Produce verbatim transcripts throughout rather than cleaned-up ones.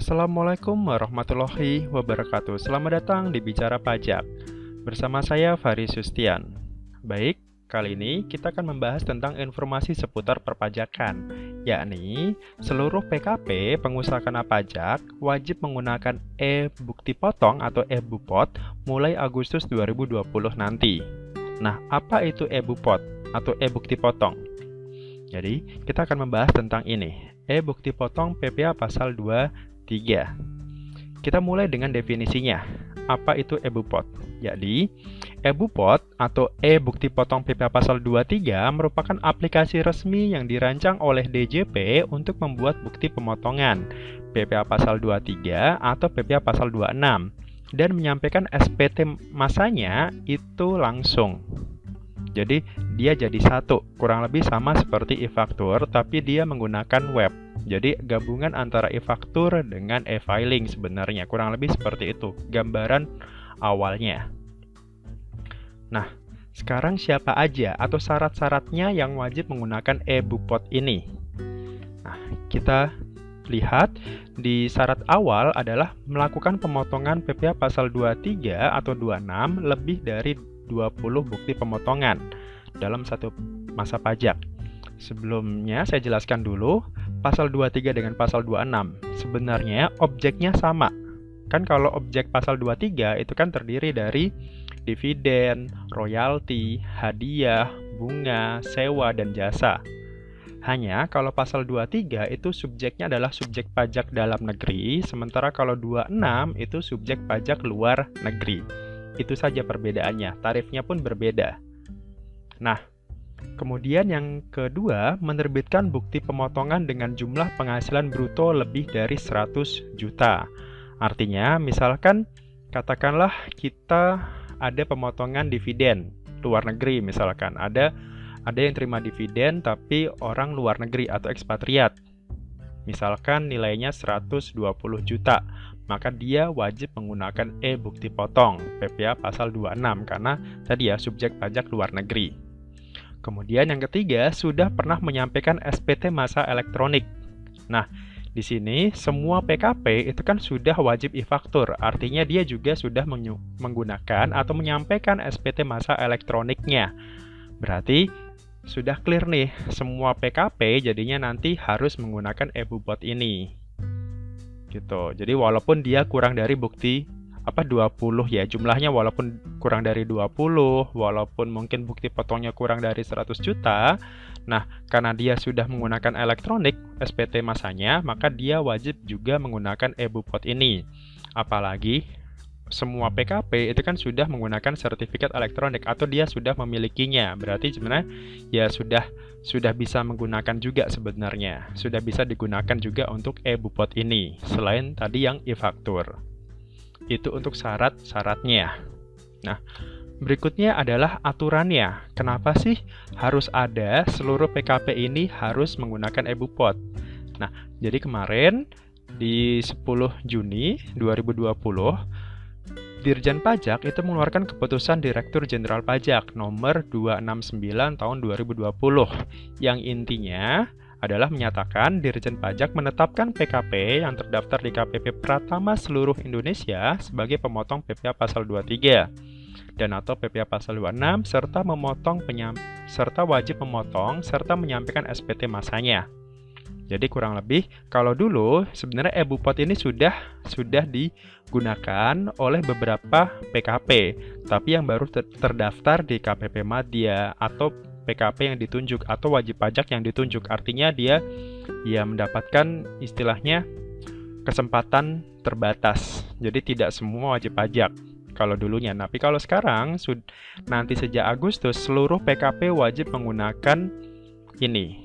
Assalamualaikum warahmatullahi wabarakatuh. Selamat datang di Bicara Pajak. Bersama saya Fari Sustian. Baik, kali ini kita akan membahas tentang informasi seputar perpajakan, yakni seluruh P K P pengusaha kena pajak wajib menggunakan e-bukti potong atau e-bupot mulai Agustus dua ribu dua puluh nanti. Nah, apa itu e-bupot atau e-bukti potong? Jadi, kita akan membahas tentang ini. E-bukti potong P P A pasal dua puluh tiga. Kita mulai dengan definisinya. Apa itu e-bupot? Jadi, e-bupot atau e-bukti potong P P A pasal dua puluh tiga merupakan aplikasi resmi yang dirancang oleh D J P untuk membuat bukti pemotongan P P A pasal dua puluh tiga atau P P A pasal dua puluh enam dan menyampaikan S P T masanya itu langsung. Jadi, dia jadi satu, kurang lebih sama seperti e-faktur, tapi dia menggunakan web. Jadi, gabungan antara e-faktur dengan e-filing sebenarnya, kurang lebih seperti itu, gambaran awalnya. Nah, sekarang siapa aja atau syarat-syaratnya yang wajib menggunakan e-bupot ini? Nah, kita lihat di syarat awal adalah melakukan pemotongan P P A pasal dua puluh tiga atau dua puluh enam lebih dari dua puluh bukti pemotongan dalam satu masa pajak. Sebelumnya saya jelaskan dulu pasal dua puluh tiga dengan pasal dua puluh enam. Sebenarnya objeknya sama. Kan kalau objek pasal dua puluh tiga itu kan terdiri dari dividen, royalti, hadiah, bunga, sewa, dan jasa. Hanya kalau pasal dua puluh tiga itu subjeknya adalah subjek pajak dalam negeri, sementara kalau dua puluh enam itu subjek pajak luar negeri. Itu saja perbedaannya, tarifnya pun berbeda. Nah, kemudian yang kedua, menerbitkan bukti pemotongan dengan jumlah penghasilan bruto lebih dari seratus juta. Artinya, misalkan katakanlah kita ada pemotongan dividen luar negeri, misalkan ada ada yang terima dividen tapi orang luar negeri atau ekspatriat. Misalkan nilainya seratus dua puluh juta, maka dia wajib menggunakan e-bukti potong P P A pasal dua puluh enam karena tadi ya subjek pajak luar negeri. Kemudian yang ketiga, sudah pernah menyampaikan S P T masa elektronik. Nah, di sini semua P K P itu kan sudah wajib e-faktur, artinya dia juga sudah menggunakan atau menyampaikan S P T masa elektroniknya. Berarti sudah clear nih, semua P K P jadinya nanti harus menggunakan e-bupot ini. Gitu. Jadi walaupun dia kurang dari bukti apa dua puluh ya, jumlahnya walaupun kurang dari dua puluh, walaupun mungkin bukti potongnya kurang dari seratus juta, nah karena dia sudah menggunakan elektronik S P T masanya, maka dia wajib juga menggunakan e-bupot ini. Apalagi semua P K P itu kan sudah menggunakan sertifikat elektronik atau dia sudah memilikinya. Berarti sebenarnya ya sudah sudah bisa menggunakan juga sebenarnya. Sudah bisa digunakan juga untuk e-bupot ini selain tadi yang e-faktur. Itu untuk syarat-syaratnya. Nah, berikutnya adalah aturannya. Kenapa sih harus ada seluruh P K P ini harus menggunakan e-bupot? Nah, jadi kemarin di sepuluh Juni dua ribu dua puluh Dirjen Pajak itu mengeluarkan keputusan Direktur Jenderal Pajak nomor dua ratus enam puluh sembilan tahun dua ribu dua puluh yang intinya adalah menyatakan Dirjen Pajak menetapkan P K P yang terdaftar di K P P Pratama seluruh Indonesia sebagai pemotong P P A pasal dua puluh tiga dan atau P P A pasal dua puluh enam serta memotong penyam, serta wajib memotong serta menyampaikan S P T masanya. Jadi kurang lebih kalau dulu sebenarnya e-bupot ini sudah sudah digunakan oleh beberapa P K P, tapi yang baru ter terdaftar di K P P Madya atau P K P yang ditunjuk atau wajib pajak yang ditunjuk. Artinya dia ya mendapatkan istilahnya kesempatan terbatas. Jadi tidak semua wajib pajak kalau dulunya. Tapi kalau sekarang nanti sejak Agustus seluruh P K P wajib menggunakan ini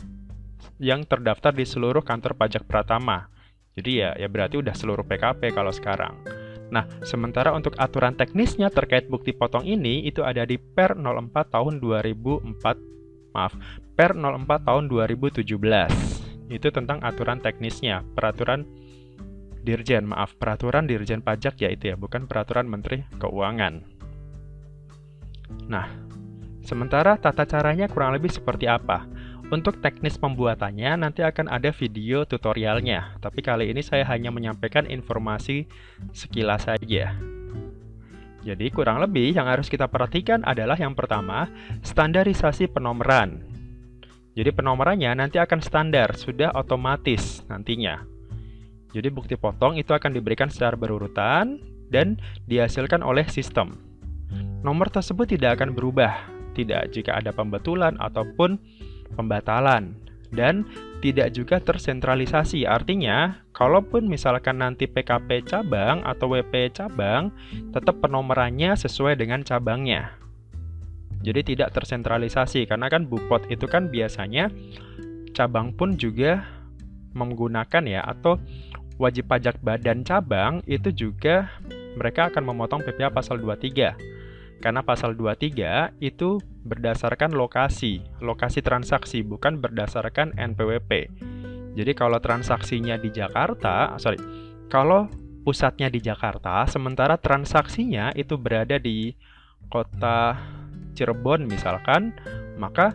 yang terdaftar di seluruh kantor pajak Pratama. Jadi ya, ya berarti udah seluruh P K P kalau sekarang. Nah, sementara untuk aturan teknisnya terkait bukti potong ini itu ada di Per nol empat tahun dua ribu empat, maaf, Per nol empat tahun dua ribu tujuh belas. Itu tentang aturan teknisnya, peraturan Dirjen, maaf, peraturan Dirjen Pajak ya itu ya, bukan peraturan Menteri Keuangan. Nah, sementara tata caranya kurang lebih seperti apa? Untuk teknis pembuatannya nanti akan ada video tutorialnya, tapi kali ini saya hanya menyampaikan informasi sekilas saja. Jadi kurang lebih yang harus kita perhatikan adalah yang pertama, standarisasi penomoran. Jadi penomorannya nanti akan standar, sudah otomatis nantinya. Jadi bukti potong itu akan diberikan secara berurutan dan dihasilkan oleh sistem. Nomor tersebut tidak akan berubah, tidak jika ada pembetulan ataupun pembatalan, dan tidak juga tersentralisasi. Artinya, kalaupun misalkan nanti P K P cabang atau W P cabang, tetap penomorannya sesuai dengan cabangnya. Jadi tidak tersentralisasi, karena kan Bupot itu kan biasanya cabang pun juga menggunakan ya, atau wajib pajak badan cabang itu juga mereka akan memotong P P H pasal dua puluh tiga. Karena pasal dua puluh tiga itu berdasarkan lokasi, lokasi transaksi, bukan berdasarkan N P W P. Jadi kalau transaksinya di Jakarta, sorry, kalau pusatnya di Jakarta, sementara transaksinya itu berada di kota Cirebon misalkan, maka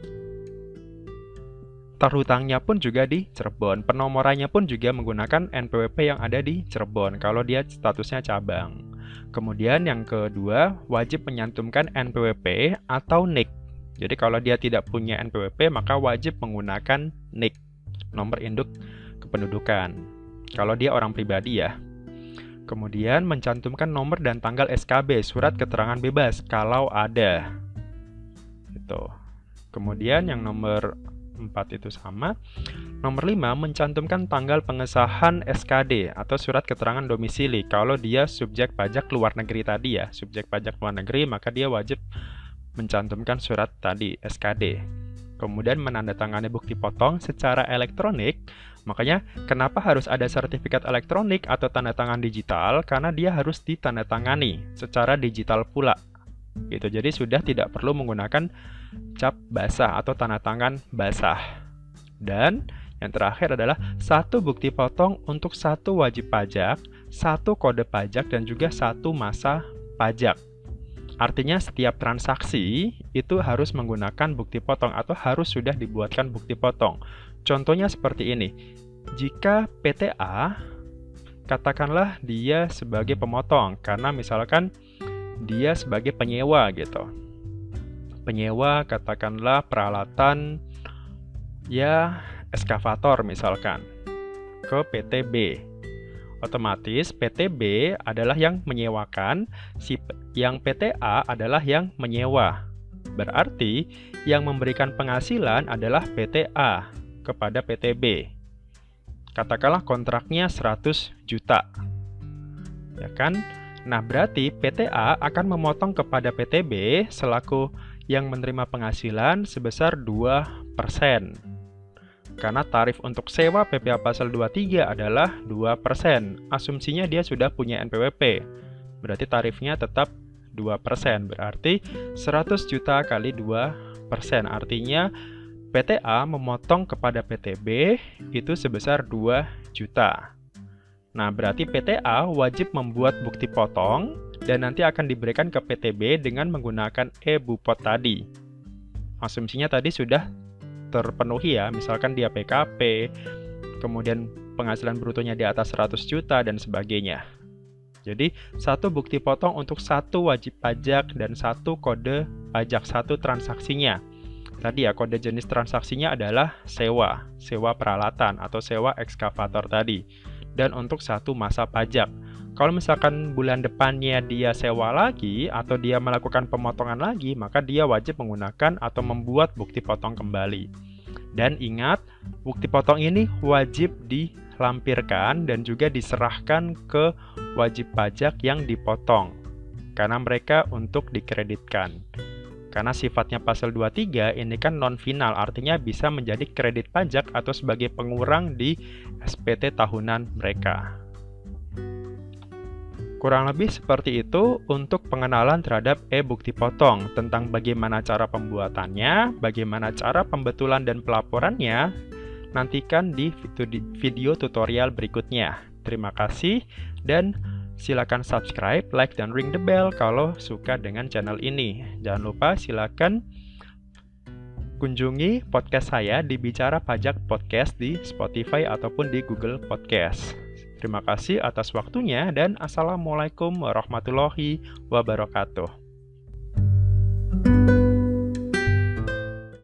terhutangnya pun juga di Cirebon. Penomorannya pun juga menggunakan N P W P yang ada di Cirebon, kalau dia statusnya cabang. Kemudian yang kedua, wajib menyantumkan N P W P atau N I K. Jadi kalau dia tidak punya N P W P, maka wajib menggunakan N I K, nomor induk kependudukan. Kalau dia orang pribadi ya. Kemudian mencantumkan nomor dan tanggal S K B, surat keterangan bebas, kalau ada. Gitu. Kemudian yang nomor empat itu sama. Nomor lima, mencantumkan tanggal pengesahan S K D atau surat keterangan domisili. Kalau dia subjek pajak luar negeri tadi ya, subjek pajak luar negeri, maka dia wajib mencantumkan surat tadi, S K D. Kemudian menandatangani bukti potong secara elektronik. Makanya kenapa harus ada sertifikat elektronik atau tanda tangan digital? Karena dia harus ditandatangani secara digital pula. Gitu. Jadi sudah tidak perlu menggunakan cap basah atau tanda tangan basah. Dan yang terakhir adalah satu bukti potong untuk satu wajib pajak, satu kode pajak, dan juga satu masa pajak. Artinya setiap transaksi itu harus menggunakan bukti potong atau harus sudah dibuatkan bukti potong. Contohnya seperti ini. Jika P T A, katakanlah dia sebagai pemotong, karena misalkan dia sebagai penyewa gitu. Penyewa katakanlah peralatan ya eskavator misalkan ke P T B. Otomatis P T B adalah yang menyewakan, si yang P T A adalah yang menyewa. Berarti yang memberikan penghasilan adalah P T A kepada P T B. Katakanlah kontraknya seratus juta. Ya kan? Nah, berarti P T A akan memotong kepada P T B selaku yang menerima penghasilan sebesar dua persen. Karena tarif untuk sewa P P H pasal dua puluh tiga adalah dua persen. Asumsinya dia sudah punya N P W P. Berarti tarifnya tetap dua persen. Berarti seratus juta kali dua persen. Artinya P T A memotong kepada P T B itu sebesar dua juta. Nah, berarti P T A wajib membuat bukti potong dan nanti akan diberikan ke P T B dengan menggunakan e-Bupot tadi. Asumsinya tadi sudah terpenuhi ya, misalkan dia P K P, kemudian penghasilan brutonya di atas seratus juta dan sebagainya. Jadi, satu bukti potong untuk satu wajib pajak dan satu kode pajak, satu transaksinya. Tadi ya, kode jenis transaksinya adalah sewa, sewa peralatan atau sewa ekskavator tadi. Dan untuk satu masa pajak. Kalau misalkan bulan depannya dia sewa lagi atau dia melakukan pemotongan lagi, maka dia wajib menggunakan atau membuat bukti potong kembali. Dan ingat, bukti potong ini wajib dilampirkan dan juga diserahkan ke wajib pajak yang dipotong, karena mereka untuk dikreditkan. Karena sifatnya pasal dua puluh tiga ini kan non-final, artinya bisa menjadi kredit pajak atau sebagai pengurang di S P T tahunan mereka. Kurang lebih seperti itu untuk pengenalan terhadap e-bukti potong, tentang bagaimana cara pembuatannya, bagaimana cara pembetulan dan pelaporannya. Nantikan di video tutorial berikutnya. Terima kasih dan silakan subscribe, like, dan ring the bell kalau suka dengan channel ini. Jangan lupa silakan kunjungi podcast saya di Bicara Pajak Podcast di Spotify ataupun di Google Podcast. Terima kasih atas waktunya dan Assalamualaikum warahmatullahi wabarakatuh.